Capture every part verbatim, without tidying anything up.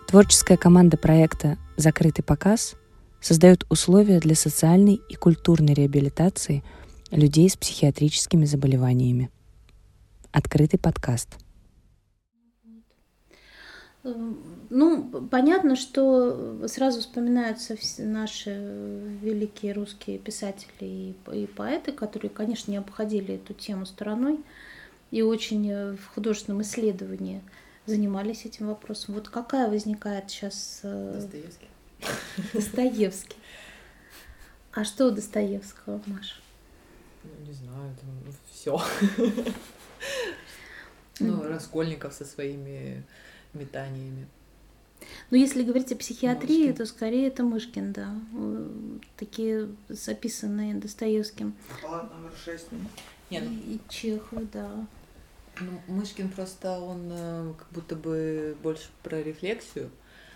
Творческая команда проекта «Закрытый показ» создает условия для социальной и культурной реабилитации людей с психиатрическими заболеваниями. Открытый подкаст. Ну, понятно, что сразу вспоминаются наши великие русские писатели и поэты, которые, конечно, не обходили эту тему стороной и очень в художественном исследовании занимались этим вопросом. Вот какая возникает сейчас... Достоевский. Достоевский. А что у Достоевского, Маша? Ну, не знаю, там все. Ну, Раскольников со своими метаниями. Ну, если говорить о психиатрии, то скорее это Мышкин, да. Такие записанные Достоевским. Палат номер шесть. Нет, ну, и Чехов, да. Ну, Мышкин просто, он как будто бы больше про рефлексию.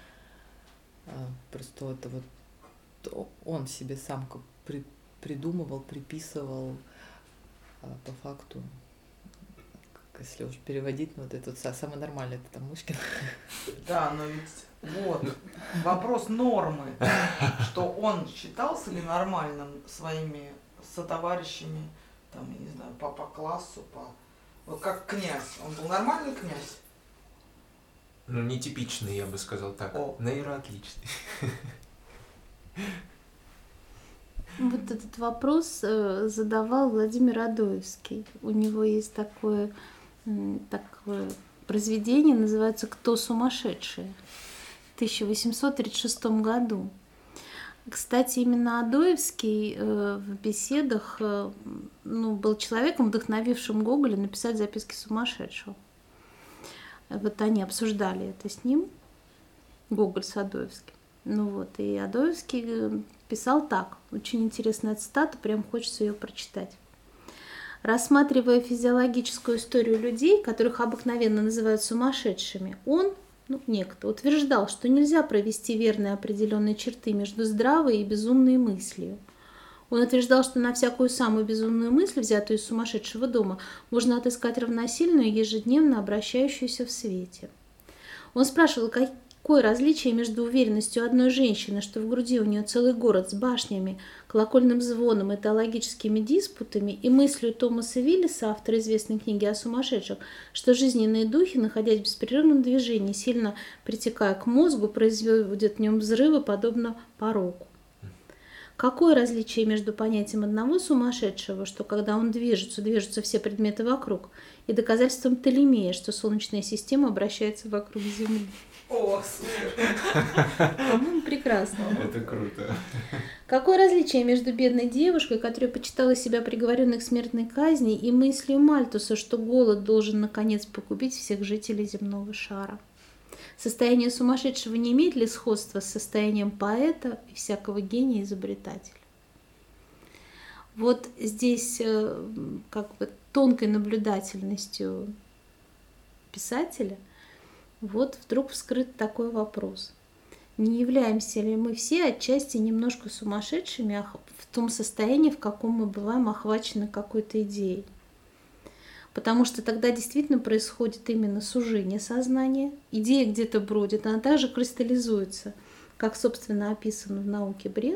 Просто это вот он себе сам как при, придумывал, приписывал, а по факту, если уж переводить, ну, вот это самое нормальное, это там Мышкин. Да, но ведь вот вопрос нормы, что он считался ли нормальным своими сотоварищами, там, я не знаю, по, по классу, по... Вот как князь. Он был нормальный князь? Ну, нетипичный, я бы сказал так. О. Нейроотличный. Вот этот вопрос задавал Владимир Адоевский. У него есть такое, такое произведение, называется «Кто сумасшедшие?» в тысяча восемьсот тридцать шестом году. Кстати, именно Адоевский в беседах ну, был человеком, вдохновившим Гоголя написать «Записки сумасшедшего». Вот они обсуждали это с ним, Гоголь с Адоевским. Ну вот, и Адоевский писал так, очень интересная цитата, прям хочется ее прочитать. Рассматривая физиологическую историю людей, которых обыкновенно называют сумасшедшими, он, ну, некто, утверждал, что нельзя провести верные определенные черты между здравой и безумной мыслью. Он утверждал, что на всякую самую безумную мысль, взятую из сумасшедшего дома, можно отыскать равносильную, ежедневно обращающуюся в свете. Он спрашивал, какое различие между уверенностью одной женщины, что в груди у нее целый город с башнями, колокольным звоном и теологическими диспутами, и мыслью Томаса Виллиса, автора известной книги о сумасшедших, что жизненные духи, находясь в беспрерывном движении, сильно притекая к мозгу, производят в нем взрывы, подобно пороку. Какое различие между понятием одного сумасшедшего, что когда он движется, движутся все предметы вокруг, и доказательством Птолемея, что Солнечная система обращается вокруг Земли? О, супер! По-моему, прекрасно. Это круто. Какое различие между бедной девушкой, которая почитала себя приговоренной к смертной казни, и мыслью Мальтуса, что голод должен наконец погубить всех жителей земного шара? Состояние сумасшедшего не имеет ли сходства с состоянием поэта и всякого гения изобретателя? Вот здесь как бы тонкой наблюдательностью писателя вот вдруг вскрыт такой вопрос. Не являемся ли мы все отчасти немножко сумасшедшими в том состоянии, в каком мы бываем охвачены какой-то идеей? Потому что тогда действительно происходит именно сужение сознания, идея где-то бродит, она также кристаллизуется, как, собственно, описан в науке бред,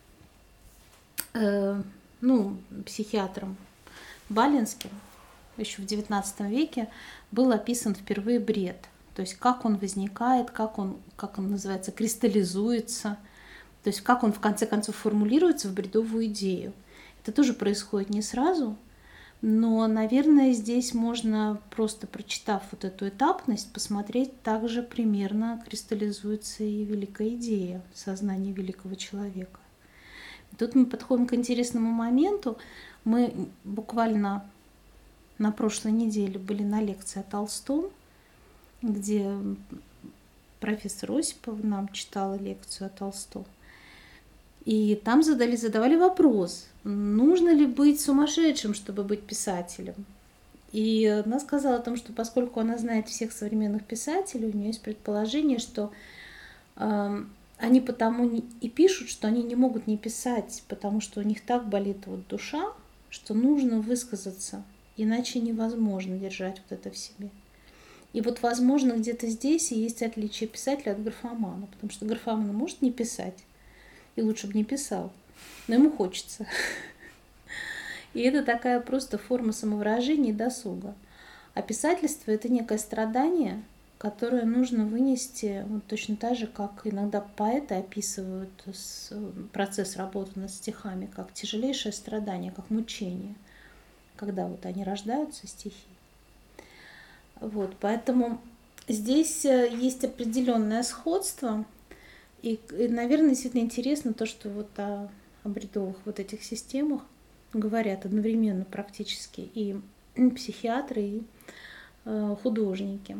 э, ну, психиатром Балинским, еще в девятнадцатом веке был описан впервые бред, то есть как он возникает, как он, как он называется, кристаллизуется, то есть как он в конце концов формулируется в бредовую идею. Это тоже происходит не сразу. Но, наверное, здесь можно, просто прочитав вот эту этапность, посмотреть, также примерно кристаллизуется и великая идея в сознании великого человека. И тут мы подходим к интересному моменту. Мы буквально на прошлой неделе были на лекции о Толстом, где профессор Осипова нам читала лекцию о Толстом. И там задали, задавали вопрос, нужно ли быть сумасшедшим, чтобы быть писателем. И она сказала о том, что поскольку она знает всех современных писателей, у нее есть предположение, что э, они потому и пишут, что они не могут не писать, потому что у них так болит вот душа, что нужно высказаться, иначе невозможно держать вот это в себе. И вот, возможно, где-то здесь и есть отличие писателя от графомана, потому что графоман может не писать, и лучше бы не писал, но ему хочется. И это такая просто форма самовыражения и досуга. А писательство – это некое страдание, которое нужно вынести вот точно так же, как иногда поэты описывают процесс работы над стихами, как тяжелейшее страдание, как мучение, когда вот они рождаются, стихи. Вот, поэтому здесь есть определенное сходство, и, и, наверное, действительно интересно то, что вот о, о бредовых вот этих системах говорят одновременно практически и психиатры, и э, художники.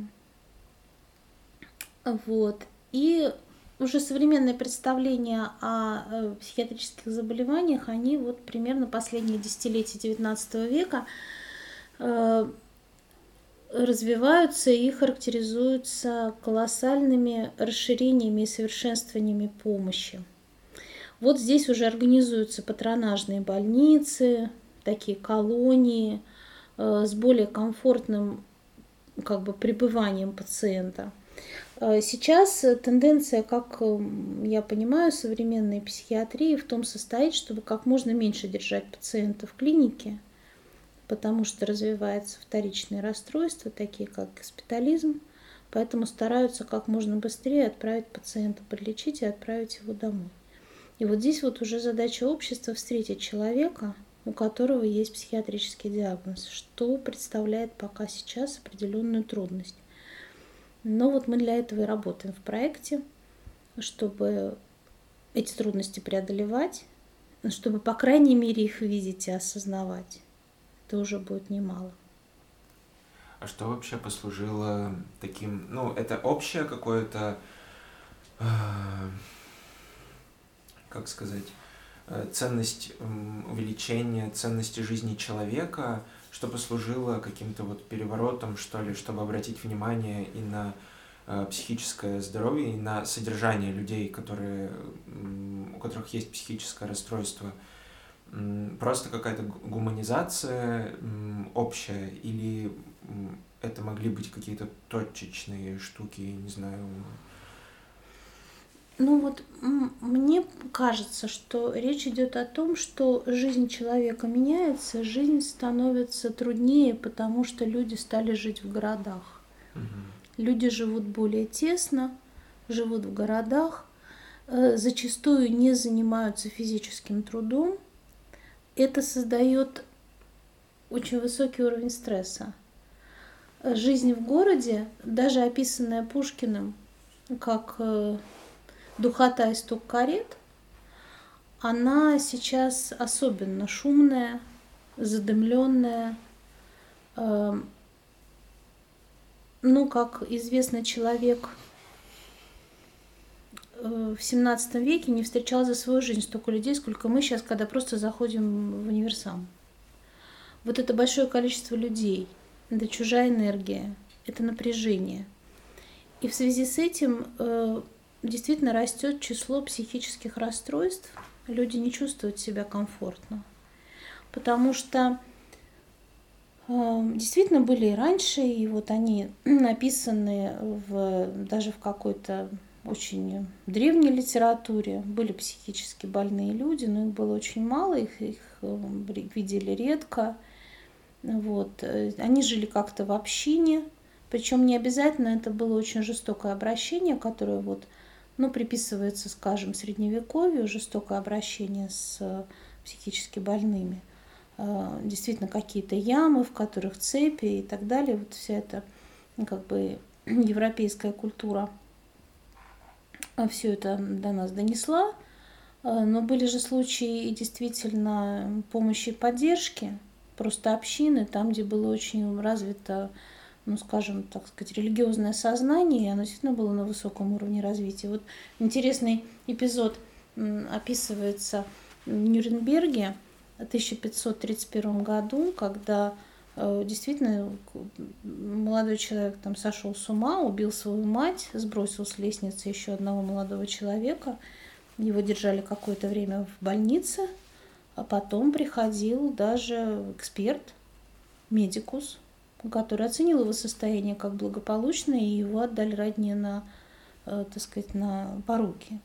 Вот. И уже современные представления о э, психиатрических заболеваниях, они вот примерно последние десятилетия девятнадцатого века э, развиваются и характеризуются колоссальными расширениями и совершенствованиями помощи. Вот здесь уже организуются патронажные больницы, такие колонии э, с более комфортным как бы пребыванием пациента. Сейчас тенденция, как я понимаю, современной психиатрии в том состоит, чтобы как можно меньше держать пациента в клинике, потому что развивается вторичные расстройства, такие как госпитализм, поэтому стараются как можно быстрее отправить пациента подлечить и отправить его домой. И вот здесь вот уже задача общества встретить человека, у которого есть психиатрический диагноз, что представляет пока сейчас определенную трудность. Но вот мы для этого и работаем в проекте, чтобы эти трудности преодолевать, чтобы, по крайней мере, их видеть и осознавать. Это уже будет немало. А что вообще послужило таким, ну, это общее какое-то, э, как сказать, ценность увеличения ценности жизни человека, что послужило каким-то вот переворотом, что ли, чтобы обратить внимание и на э, психическое здоровье, и на содержание людей, которые, у которых есть психическое расстройство. Просто какая-то гуманизация общая, или это могли быть какие-то точечные штуки, не знаю. Ну вот мне кажется, что речь идет о том, что жизнь человека меняется, жизнь становится труднее, потому что люди стали жить в городах. Угу. Люди живут более тесно, живут в городах, зачастую не занимаются физическим трудом. Это создает очень высокий уровень стресса. Жизнь в городе, даже описанная Пушкиным как духота и стук карет, она сейчас особенно шумная, задымленная. Ну, как известно, человек в семнадцатом веке не встречал за свою жизнь столько людей, сколько мы сейчас, когда просто заходим в универсам. Вот это большое количество людей, это чужая энергия, это напряжение. И в связи с этим действительно растет число психических расстройств, люди не чувствуют себя комфортно, потому что э, действительно были и раньше, и вот они написаны в, даже в какой-то очень древней литературе, были психически больные люди, но их было очень мало, их, их видели редко, вот. Они жили как-то в общине, причем не обязательно это было очень жестокое обращение, которое вот ну, приписывается, скажем, средневековью, жестокое обращение с психически больными. Действительно, какие-то ямы, в которых цепи и так далее. Вот вся эта как бы европейская культура все это до нас донесла. Но были же случаи и действительно помощи и поддержки, просто общины, там, где было очень развито, ну, скажем, так сказать, религиозное сознание, и оно действительно было на высоком уровне развития. Вот интересный эпизод описывается в Нюрнберге в тысяча пятьсот тридцать первом году, когда действительно молодой человек там сошел с ума, убил свою мать, сбросил с лестницы еще одного молодого человека. Его держали какое-то время в больнице, а потом приходил даже эксперт, медикус, который оценил его состояние как благополучное, и его отдали родне на, так сказать, на поруки.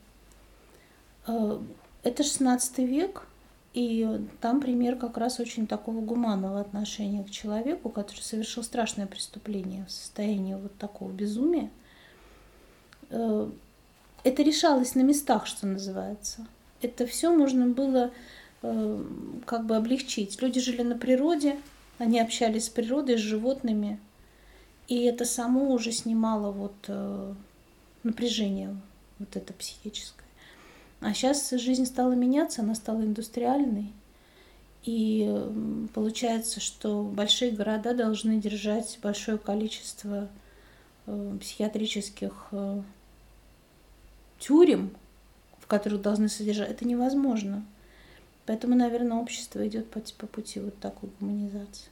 Это шестнадцатый век, и там пример как раз очень такого гуманного отношения к человеку, который совершил страшное преступление в состоянии вот такого безумия. Это решалось на местах, что называется. Это все можно было как бы облегчить. Люди жили на природе, они общались с природой, с животными, и это само уже снимало вот напряжение вот это психическое. А сейчас жизнь стала меняться, она стала индустриальной, и получается, что большие города должны держать большое количество психиатрических тюрем, в которых должны содержать. Это невозможно. Поэтому, наверное, общество идет по, по пути вот такой гуманизации.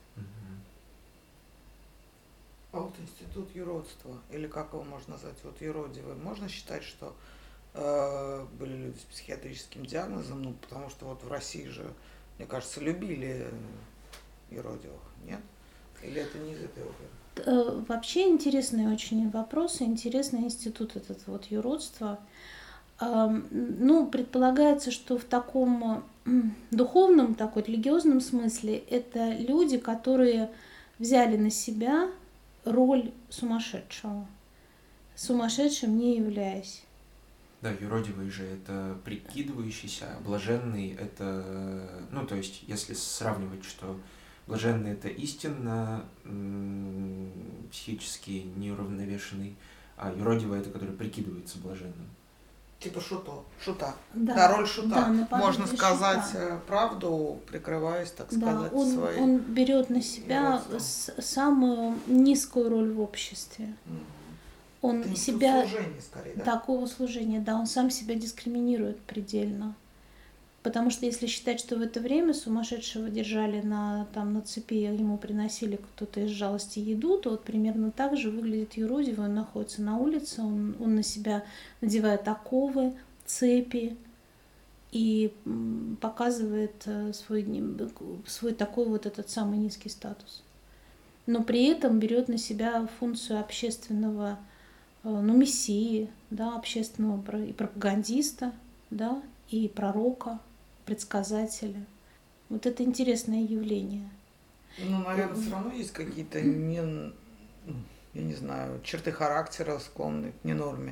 А вот институт юродства, или как его можно назвать, вот юродивый, можно считать, что э, были люди с психиатрическим диагнозом, ну, потому что вот в России же, мне кажется, любили юродивых, нет? Или это не из этой оперы? Вообще интересный очень вопрос, интересный институт этот вот юродства. Ну, предполагается, что в таком духовном, такой религиозном смысле это люди, которые взяли на себя роль сумасшедшего, сумасшедшим не являясь. Да, юродивый же это прикидывающийся, а блаженный это, ну, то есть, если сравнивать, что блаженный это истинно м- психически неуравновешенный, а юродивый это который прикидывается блаженным. Типа шуто, шута. Да, да, роль шута. Да, можно сказать шута. Правду, прикрываясь, так да, сказать, он, своей. Он берет на себя с, самую низкую роль в обществе. Mm-hmm. Он это себя служение, скорее, да? Такого служения, да, он сам себя дискриминирует предельно. Потому что если считать, что в это время сумасшедшего держали на, там, на цепи, ему приносили кто-то из жалости еду, то вот примерно так же выглядит юродивый. Он находится на улице, он, он на себя надевает оковы, цепи и показывает свой, свой такой вот этот самый низкий статус. Но при этом берет на себя функцию общественного, ну, мессии, да, общественного и пропагандиста, да, и пророка, предсказателя. Вот это интересное явление. Ну, наверное, все равно есть какие-то, не, я не знаю, черты характера, склонные к ненорме.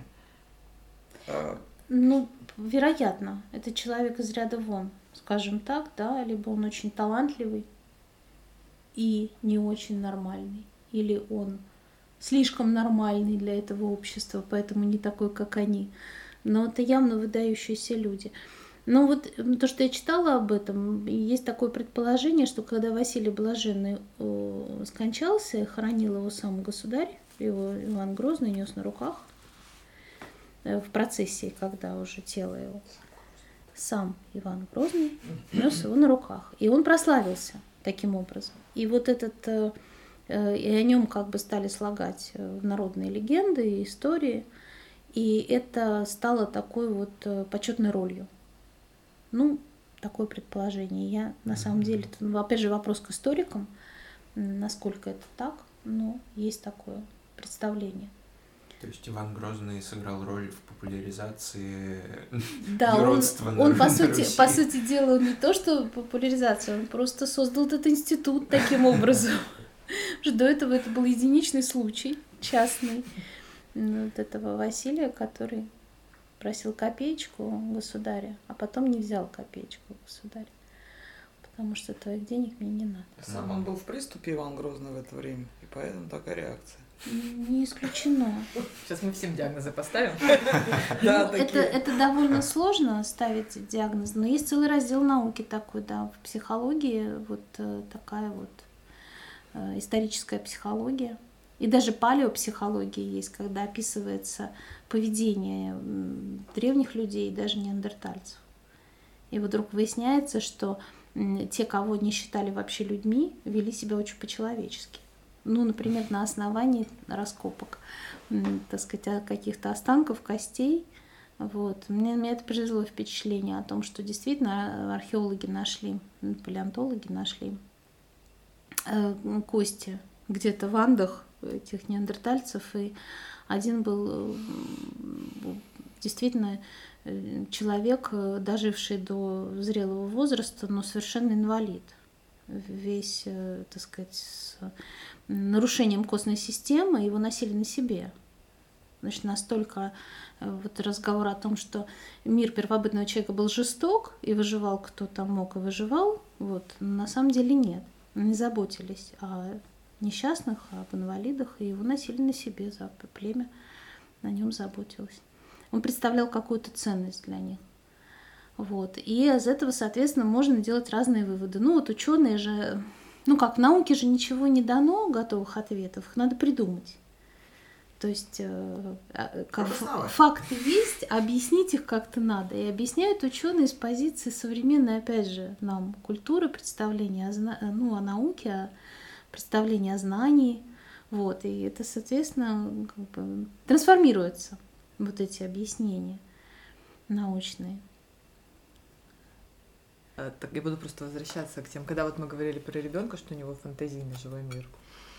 Ну, вероятно, это человек из ряда вон, скажем так, да, либо он очень талантливый и не очень нормальный, или он слишком нормальный для этого общества, поэтому не такой, как они. Но это явно выдающиеся люди. Но вот то, что я читала об этом, есть такое предположение, что когда Василий Блаженный скончался, хоронил его сам государь, его Иван Грозный нес на руках в процессии, когда уже тело его, сам Иван Грозный нес его на руках. И он прославился таким образом. И вот этот, и о нем как бы стали слагать народные легенды и истории, и это стало такой вот почетной ролью. Ну, такое предположение. Я на самом деле, ну, опять же, вопрос к историкам, насколько это так, но есть такое представление. То есть Иван Грозный сыграл роль в популяризации да, юродства он, на, он на по сути, Руси. по сути дела, не то что популяризация, он просто создал этот институт таким образом. До этого это был единичный случай, частный, вот этого Василия, который просил копеечку государя, а потом не взял копеечку государя, потому что твоих денег мне не надо. Сам он был в приступе, Иван Грозный, в это время, и поэтому такая реакция. Не исключено. Сейчас мы всем диагнозы поставим. Это довольно сложно ставить диагноз, но есть целый раздел науки такой, да, в психологии, вот такая вот историческая психология. И даже палеопсихология есть, когда описывается поведение древних людей, даже неандертальцев. И вдруг выясняется, что те, кого не считали вообще людьми, вели себя очень по-человечески. Ну, например, на основании раскопок, так сказать, каких-то останков, костей. Вот. Мне, мне это произвело впечатление о том, что действительно археологи нашли, палеонтологи нашли э, кости где-то в Андах этих неандертальцев, и один был действительно человек, доживший до зрелого возраста, но совершенно инвалид. Весь, так сказать, с нарушением костной системы, его носили на себе. Значит, настолько вот разговор о том, что мир первобытного человека был жесток, и выживал кто там мог и выживал, вот, на самом деле нет. Не заботились о несчастных, об инвалидах, и его носили на себе, за племя на нем заботилось. Он представлял какую-то ценность для них. Вот. И из этого, соответственно, можно делать разные выводы. Ну вот ученые же, ну как, в науке же ничего не дано, готовых ответов, их надо придумать. То есть как, факты есть, объяснить их как-то надо. И объясняют ученые с позиции современной, опять же, нам культуры, представления о, ну, о науке, о представления о знании. Вот. И это, соответственно, как бы трансформируется, вот эти объяснения научные. Так я буду просто возвращаться к тем, когда вот мы говорили про ребенка, что у него фантазийный живой мир.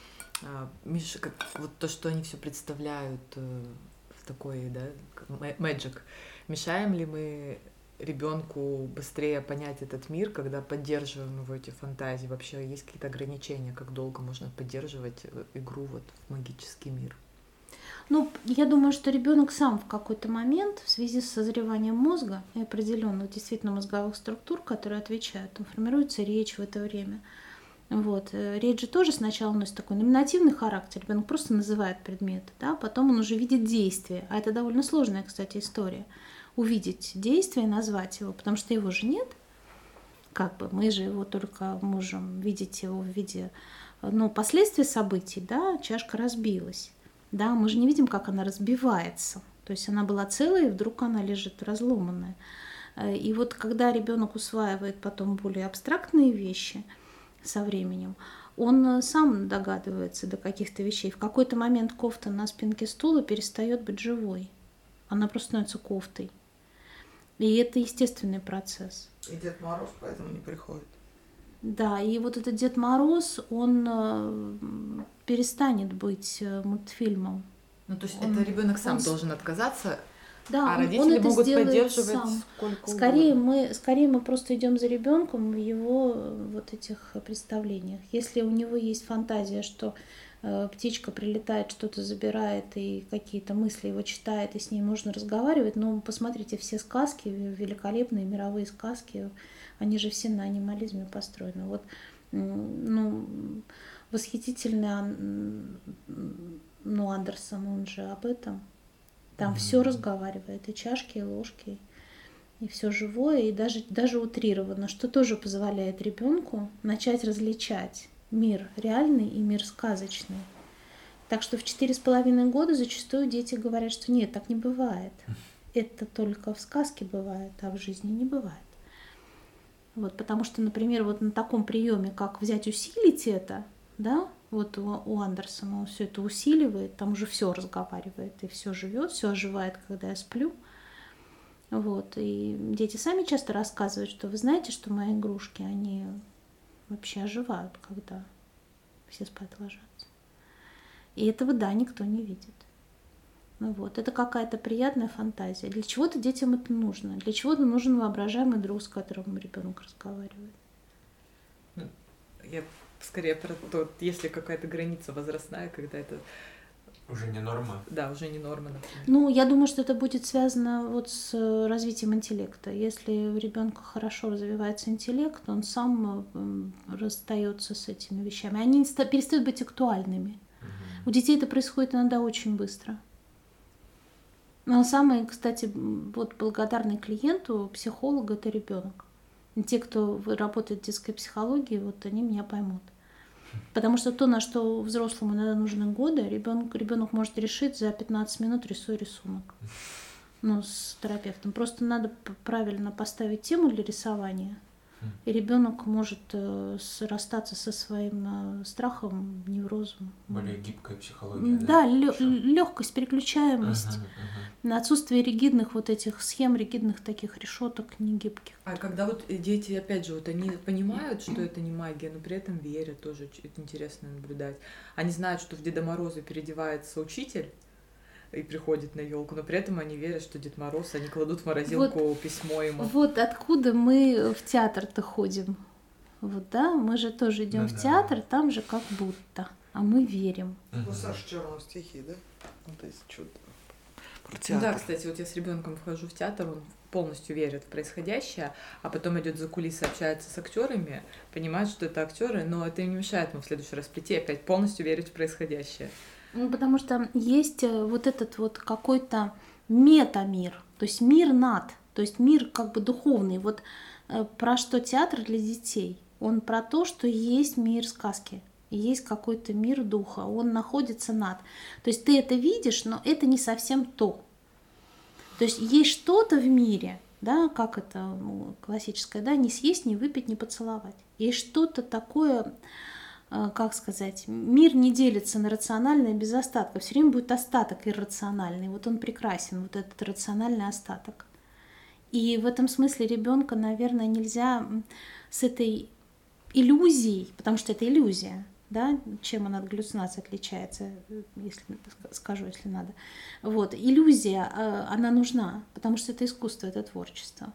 Миша, как вот то, что они все представляют в такой, да, magic, мешаем ли мы ребенку быстрее понять этот мир, когда поддерживаем его эти фантазии? Вообще есть какие-то ограничения, как долго можно поддерживать игру вот в магический мир? Ну, я думаю, что ребенок сам в какой-то момент в связи с созреванием мозга и определенных действительно мозговых структур, которые отвечают, там формируется речь в это время. Вот. Речь же тоже сначала носит такой номинативный характер, ребенок просто называет предметы, да, потом он уже видит действие, а это довольно сложная, кстати, история. Увидеть действие и назвать его, потому что его же нет, как бы мы же его только можем видеть его в виде, ну, последствий событий, да, чашка разбилась. Да, мы же не видим, как она разбивается. То есть она была целая, и вдруг она лежит разломанная. И вот когда ребенок усваивает потом более абстрактные вещи со временем, он сам догадывается до каких-то вещей. В какой-то момент кофта на спинке стула перестает быть живой. Она просто становится кофтой. И это естественный процесс. И Дед Мороз поэтому не приходит. Да, и вот этот Дед Мороз, он перестанет быть мультфильмом. Ну, то есть он, это ребенок сам он... должен отказаться, да, а он, родители он это могут поддерживать сам. сколько скорее угодно. мы, скорее мы просто идем за ребенком в его вот этих представлениях. Если у него есть фантазия, что э, птичка прилетает, что-то забирает, и какие-то мысли его читает, и с ней можно разговаривать, ну, посмотрите, все сказки, великолепные мировые сказки, они же все на анимализме построены. Вот, ну, восхитительный, ну, Андерсон, он же об этом. Там mm-hmm. все разговаривает, и чашки, и ложки, и все живое, и даже, даже утрировано, что тоже позволяет ребенку начать различать мир реальный и мир сказочный. Так что в четыре с половиной года зачастую дети говорят, что нет, так не бывает. Это только в сказке бывает, а в жизни не бывает. Вот, потому что, например, вот на таком приеме, как взять усилить это, да, вот у, у Андерсона он все это усиливает, там уже все разговаривает и все живет, все оживает, когда я сплю. Вот, и дети сами часто рассказывают, что вы знаете, что мои игрушки, они вообще оживают, когда все спать ложатся. И этого, да, никто не видит. Ну вот, это какая-то приятная фантазия. Для чего-то детям это нужно. Для чего-то нужен воображаемый друг, с которым ребенок разговаривает. Я скорее про то, есть ли какая-то граница возрастная, когда это... Уже не норма? Да, уже не норма, например. Ну, я думаю, что это будет связано вот с развитием интеллекта. Если у ребенка хорошо развивается интеллект, он сам расстается с этими вещами. Они перестают быть актуальными. Угу. У детей это происходит иногда очень быстро. Но самый, кстати, вот благодарный клиенту, психолога, это ребенок. Те, кто работает в детской психологии, вот они меня поймут. Потому что то, на что взрослому иногда нужны годы, ребенок, ребенок может решить за пятнадцать минут, рисуя рисунок. Ну, с терапевтом. Просто надо правильно поставить тему для рисования. И ребенок может э, расстаться со своим э, страхом, неврозом. Более гибкая психология. Да, да? Лё- легкость, переключаемость. Ага, ага. отсутствие ригидных вот этих схем, ригидных таких решеток негибких. А когда вот дети, опять же, вот они понимают, что это не магия, но при этом верят, тоже это интересно наблюдать. Они знают, что в Деда Мороза переодевается учитель и приходит на елку, но при этом они верят, что Дед Мороз, они кладут в морозилку вот, письмо ему. Вот откуда мы в театр-то ходим. Вот, да, мы же тоже идем ну, в театр, да. Там же как будто, а мы верим. Ну, Саша Черного стихи, да? Ну, то есть что-то про театр. Да, кстати, вот я с ребенком вхожу в театр, он полностью верит в происходящее, а потом идет за кулисы, общается с актерами, понимает, что это актеры, но это не мешает ему в следующий раз прийти и опять полностью верить в происходящее. Ну, потому что есть вот этот вот какой-то метамир, то есть мир над, то есть мир как бы духовный. Вот про что театр для детей? Он про то, что есть мир сказки, есть какой-то мир духа, он находится над. То есть ты это видишь, но это не совсем то. То есть есть что-то в мире, да, как это ну, классическое, да, не съесть, не выпить, не поцеловать. Есть что-то такое, как сказать, мир не делится на рациональное без остатка, все время будет остаток иррациональный, вот он прекрасен, вот этот рациональный остаток. И в этом смысле ребенка, наверное, нельзя с этой иллюзией, потому что это иллюзия, да, чем она от галлюцинации отличается, если скажу, если надо. Вот, иллюзия, она нужна, потому что это искусство, это творчество.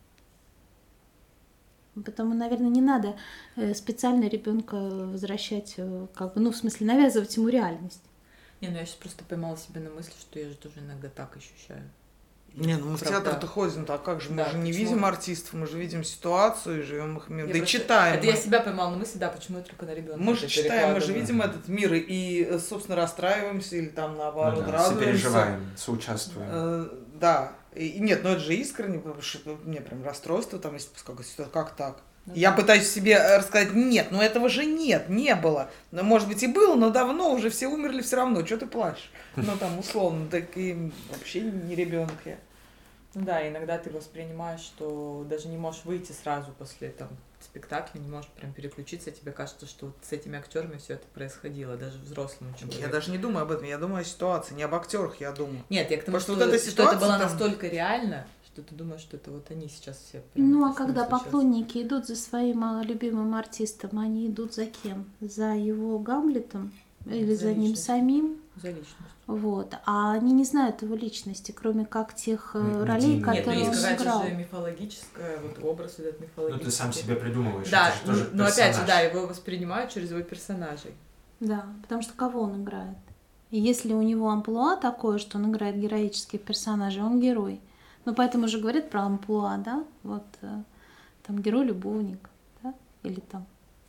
Потому, наверное, не надо специально ребенка возвращать, как бы, ну, в смысле, навязывать ему реальность. Не, ну я сейчас просто поймала себя на мысли, что я же тоже иногда так ощущаю. Не, ну мы Правда. в театр-то ходим, так как же, мы да, же не почему? видим артистов, мы же видим ситуацию и живем их миром, да и читаем. Это мы. Я себя поймала на мысли, да, почему я только на ребенка. Мы же читаем, мы же видим этот мир и, собственно, расстраиваемся или там наоборот ну, да, радуемся. Сопереживаем, соучаствуем. Э, да, и нет, ну это же искренне, потому что мне прям расстройство там, если сказать, как так. Ну, я да. пытаюсь себе рассказать, нет, ну этого же нет, не было. Ну, может быть и было, но давно уже все умерли все равно, что ты плачешь? Ну там условно, так и вообще не ребенок я. Ну да, иногда ты воспринимаешь, что даже не можешь выйти сразу после там спектакля, не можешь прям переключиться, тебе кажется, что вот с этими актерами все это происходило, даже взрослому человеку. Я даже не думаю об этом, я думаю о ситуации, не об актерах я думаю. Нет, я к тому, что, что, вот эта что это было там... настолько реально, что ты думаешь, что это вот они сейчас все... Ну а когда поклонники идут за своим любимым артистом, они идут за кем? За его Гамлетом? Или за, за ним самим? За личность. Вот. А они не знают его личности, кроме как тех ну, ролей, которые Нет, он есть играл. Же мифологическая, вот образ этот мифологический. Ну ты сам себе придумываешь. Да, это же тоже но опять же, да, его воспринимают через его персонажей. Да, потому что кого он играет? И если у него амплуа такое, что он играет героических персонажей, он герой. Ну поэтому же говорят про амплуа, да? Вот там герой-любовник, да? Или там.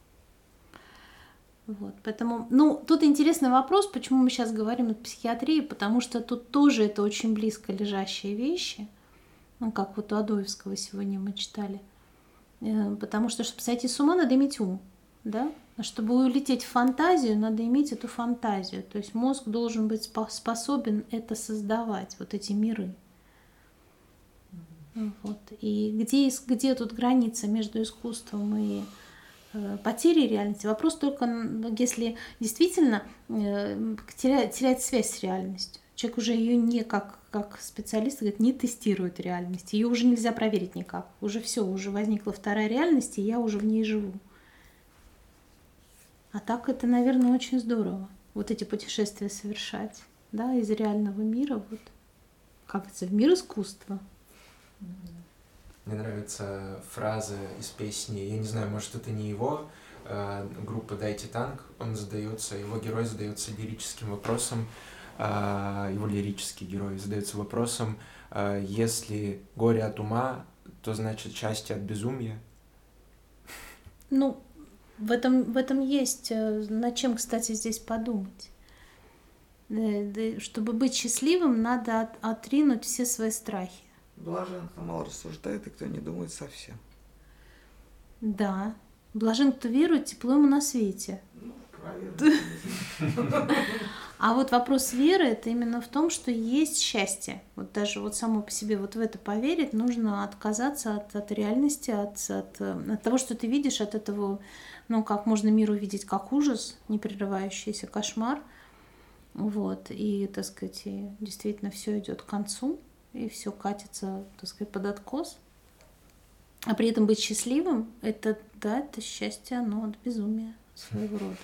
Вот, поэтому, ну, тут интересный вопрос, почему мы сейчас говорим о психиатрии, потому что тут тоже это очень близко лежащие вещи, ну, как вот у Адоевского сегодня мы читали, потому что, чтобы сойти с ума, надо иметь ум, да, а чтобы улететь в фантазию, надо иметь эту фантазию, то есть мозг должен быть способен это создавать, вот эти миры. Вот. И где, где тут граница между искусством и потери реальности? Вопрос только, если действительно теряет, теряет связь с реальностью. Человек уже ее не как, как специалист говорит, не тестирует реальность. Ее уже нельзя проверить никак. Уже все, уже возникла вторая реальность, и я уже в ней живу. А так это, наверное, очень здорово. Вот эти путешествия совершать, да, из реального мира, вот, как это, в мир искусства. Мне нравится фраза из песни, я не знаю, может это не его, э, группа «Дайте танк», он задается, его герой задается лирическим вопросом, э, его лирический герой задается вопросом, э, если горе от ума, то значит счастье от безумия. Ну, в этом, в этом есть, над чем, кстати, здесь подумать. Чтобы быть счастливым, надо от, отринуть все свои страхи. Блажен, кто мало рассуждает и кто не думает совсем. Да. Блажен, кто верует, тепло ему на свете. Ну, правильно. А вот вопрос веры, это именно в том, что есть счастье. Вот даже вот само по себе вот в это поверить, нужно отказаться от, от реальности, от, от, от того, что ты видишь, от этого, ну, как можно мир увидеть как ужас, непрерывающийся кошмар. Вот, и, так сказать, и действительно все идет к концу, и все катится, так сказать, под откос. А при этом быть счастливым, это, да, это счастье, оно от безумия своего рода.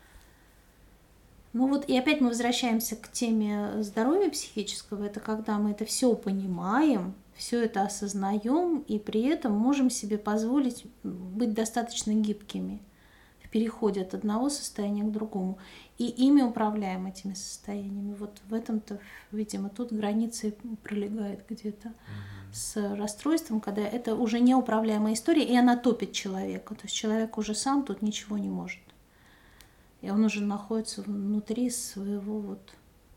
Ну вот, и опять мы возвращаемся к теме здоровья психического. Это когда мы это все понимаем, все это осознаем, и при этом можем себе позволить быть достаточно гибкими в переходе от одного состояния к другому. И ими управляем, этими состояниями. Вот в этом-то, видимо, тут граница пролегает где-то mm-hmm. с расстройством, когда это уже неуправляемая история, и она топит человека. То есть человек уже сам тут ничего не может. И он уже находится внутри своего вот,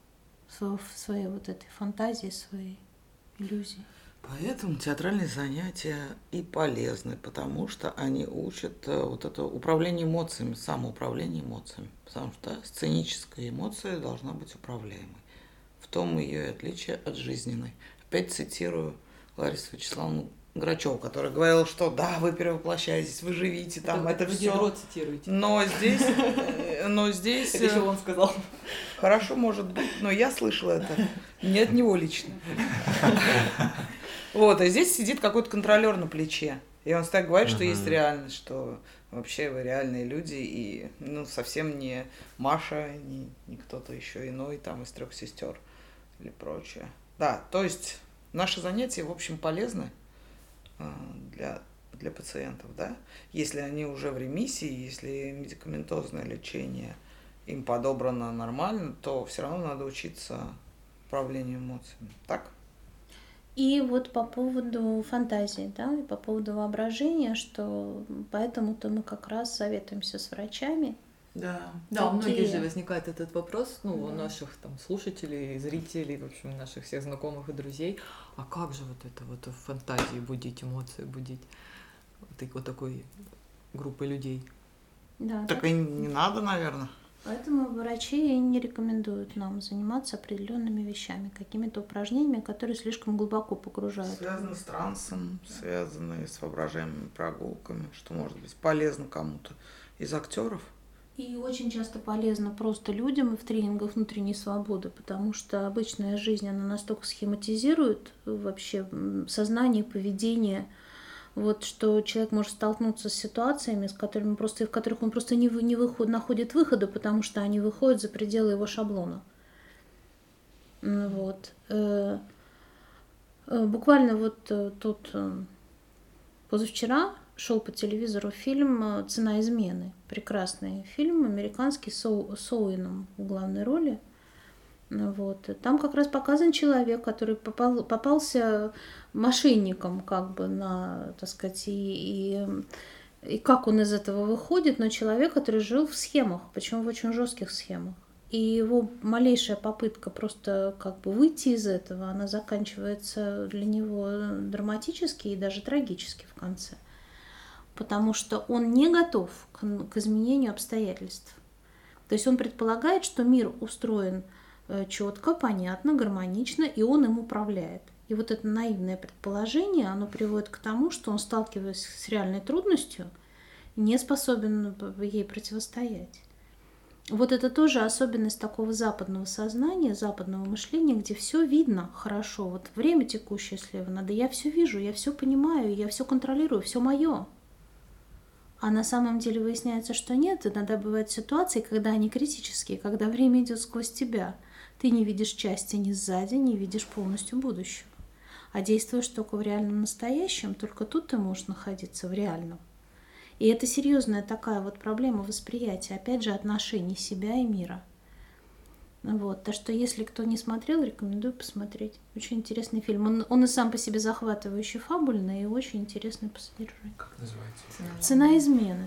своей вот этой фантазии, своей иллюзии. Поэтому театральные занятия и полезны, потому что они учат вот это управление эмоциями, самоуправление эмоциями. Потому что сценическая эмоция должна быть управляемой. В том ее и отличие от жизненной. Опять цитирую Ларису Вячеславовну Грачеву, которая говорила, что да, вы перевоплощаетесь, вы живите там, это, это все. Цитируете. Но здесь, но здесь. Это еще он сказал. Хорошо, может быть, но я слышала это не от него лично. Вот, а здесь сидит какой-то контролер на плече. И он так говорит, что есть реальность, что вообще вы реальные люди, и ну, совсем не Маша, не, не кто-то еще иной там из трех сестер или прочее. Да, то есть наши занятия, в общем, полезны для, для пациентов, да. Если они уже в ремиссии, если медикаментозное лечение им подобрано нормально, то все равно надо учиться управлению эмоциями. Так? И вот по поводу фантазии, да, и по поводу воображения, что поэтому-то мы как раз советуемся с врачами. Да, да, у многих же возникает этот вопрос, ну, да. у наших там слушателей, зрителей, в общем, наших всех знакомых и друзей, а как же вот это вот в фантазии будить, эмоции будить вот, вот такой группы людей? Да, так да. и не надо, наверное. Поэтому врачи не рекомендуют нам заниматься определенными вещами, какими-то упражнениями, которые слишком глубоко погружают. Связаны с трансом, да. связаны с воображаемыми прогулками, что может быть полезно кому-то из актеров. И очень часто полезно просто людям в тренингах внутренней свободы, потому что обычная жизнь, она настолько схематизирует вообще сознание, поведение, вот, что человек может столкнуться с ситуациями, с которыми просто, в которых он просто не, не выход, находит выхода, потому что они выходят за пределы его шаблона. Вот. Буквально вот тут позавчера шел по телевизору фильм «Цена измены». Прекрасный фильм, американский, с Оуэном в главной роли. Вот. Там как раз показан человек, который попал, попался мошенником, как бы, на, так сказать, и, и, и как он из этого выходит, но человек, который жил в схемах, причем в очень жестких схемах. И его малейшая попытка просто как бы выйти из этого, она заканчивается для него драматически и даже трагически в конце. Потому что он не готов к, к изменению обстоятельств. То есть он предполагает, что мир устроен четко, понятно, гармонично, и он им управляет. И вот это наивное предположение, оно приводит к тому, что он, сталкиваясь с реальной трудностью, не способен ей противостоять. Вот это тоже особенность такого западного сознания, западного мышления, где все видно хорошо. Вот время текущее слева надо, я все вижу, я все понимаю, я все контролирую, все мое. А на самом деле выясняется, что нет. Иногда бывают ситуации, когда они критические, когда время идет сквозь тебя. Ты не видишь части ни сзади, не видишь полностью будущего. А действуешь только в реальном настоящем, только тут ты можешь находиться в реальном. И это серьезная такая вот проблема восприятия, опять же, отношений себя и мира. Вот. Так что, если кто не смотрел, рекомендую посмотреть. Очень интересный фильм. Он, он и сам по себе захватывающий, фабульный и очень интересный по содержанию. Как называется? Цена, Цена измены.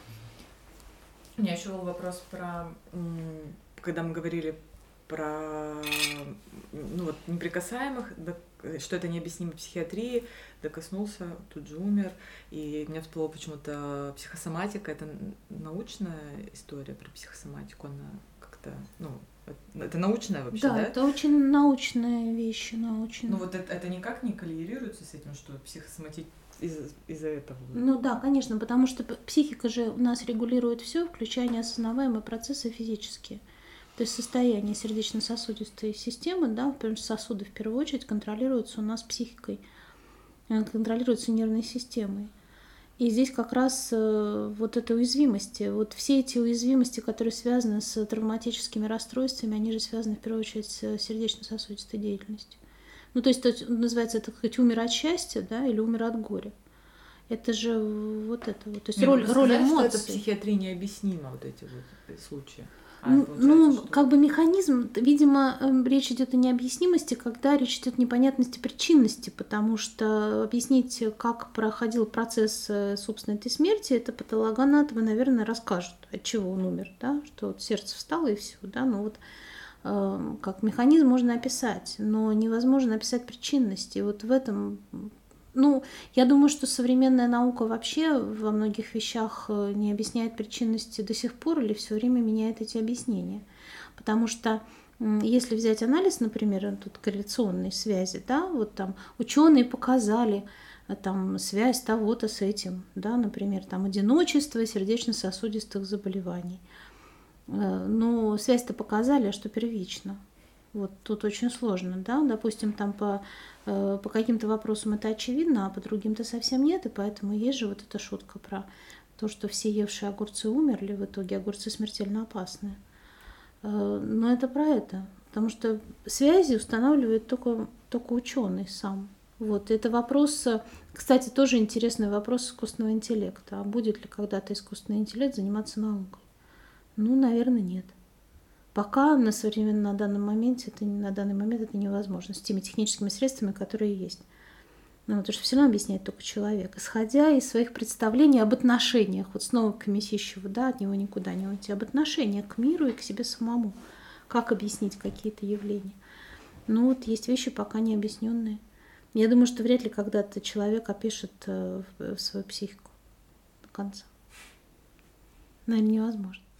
У меня еще был вопрос про, когда мы говорили про, ну вот, неприкасаемых, что это необъяснимо психиатрии, докоснулся, тут же умер. И мне всплыла почему-то психосоматика. Это научная история про психосоматику, она как-то, ну, это научная вообще, да? Да, это очень научная вещь, научная. Ну вот это, это никак не коррелируется с этим, что психосоматика из- из-за этого? Ну да, конечно, потому что психика же у нас регулирует все, включая неосознаваемые процессы физические. То То есть состояние сердечно-сосудистой системы, да, потому что сосуды в первую очередь контролируются у нас психикой, контролируются нервной системой. И здесь как раз вот эта уязвимость, вот все эти уязвимости, которые связаны с травматическими расстройствами, они же связаны в первую очередь с сердечно-сосудистой деятельностью. Ну, то есть, это, называется, это, так сказать, умер от счастья, да, или умер от горя. Это же вот это вот. То есть, роль, роль эмоций. Что это в психиатрии необъяснимо, вот эти вот случаи? А, ну, что... как бы механизм, видимо, речь идет о необъяснимости, когда речь идет о непонятности причинности, потому что объяснить, как проходил процесс собственной этой смерти, это патологоанатомы, наверное, расскажут, от чего он умер, да, что вот сердце встало и все, да, ну вот как механизм можно описать, но невозможно описать причинность. И вот в этом, ну, я думаю, что современная наука вообще во многих вещах не объясняет причинности до сих пор или все время меняет эти объяснения. Потому что если взять анализ, например, тут корреляционной связи, да, вот там ученые показали там связь того-то с этим, да, например, там одиночество сердечно-сосудистых заболеваний. Но связь-то показали, а что первично. Вот тут очень сложно, да, допустим, там по, по каким-то вопросам это очевидно, а по другим-то совсем нет, и поэтому есть же вот эта шутка про то, что все евшие огурцы умерли, в итоге огурцы смертельно опасные. Но это про это, потому что связи устанавливает только, только ученый сам. Вот, это вопрос, кстати, тоже интересный вопрос искусственного интеллекта. А будет ли когда-то искусственный интеллект заниматься наукой? Ну, наверное, нет. Пока на современном, на данном моменте, это, на данный момент это невозможно с теми техническими средствами, которые есть. Ну, потому что все равно объясняет только человек, исходя из своих представлений об отношениях. Вот снова к Месищеву, да, от него никуда не уйти, об отношениях к миру и к себе самому. Как объяснить какие-то явления? Ну, вот есть вещи пока не объясненные. Я думаю, что вряд ли когда-то человек опишет свою психику до конца. Наверное, невозможно.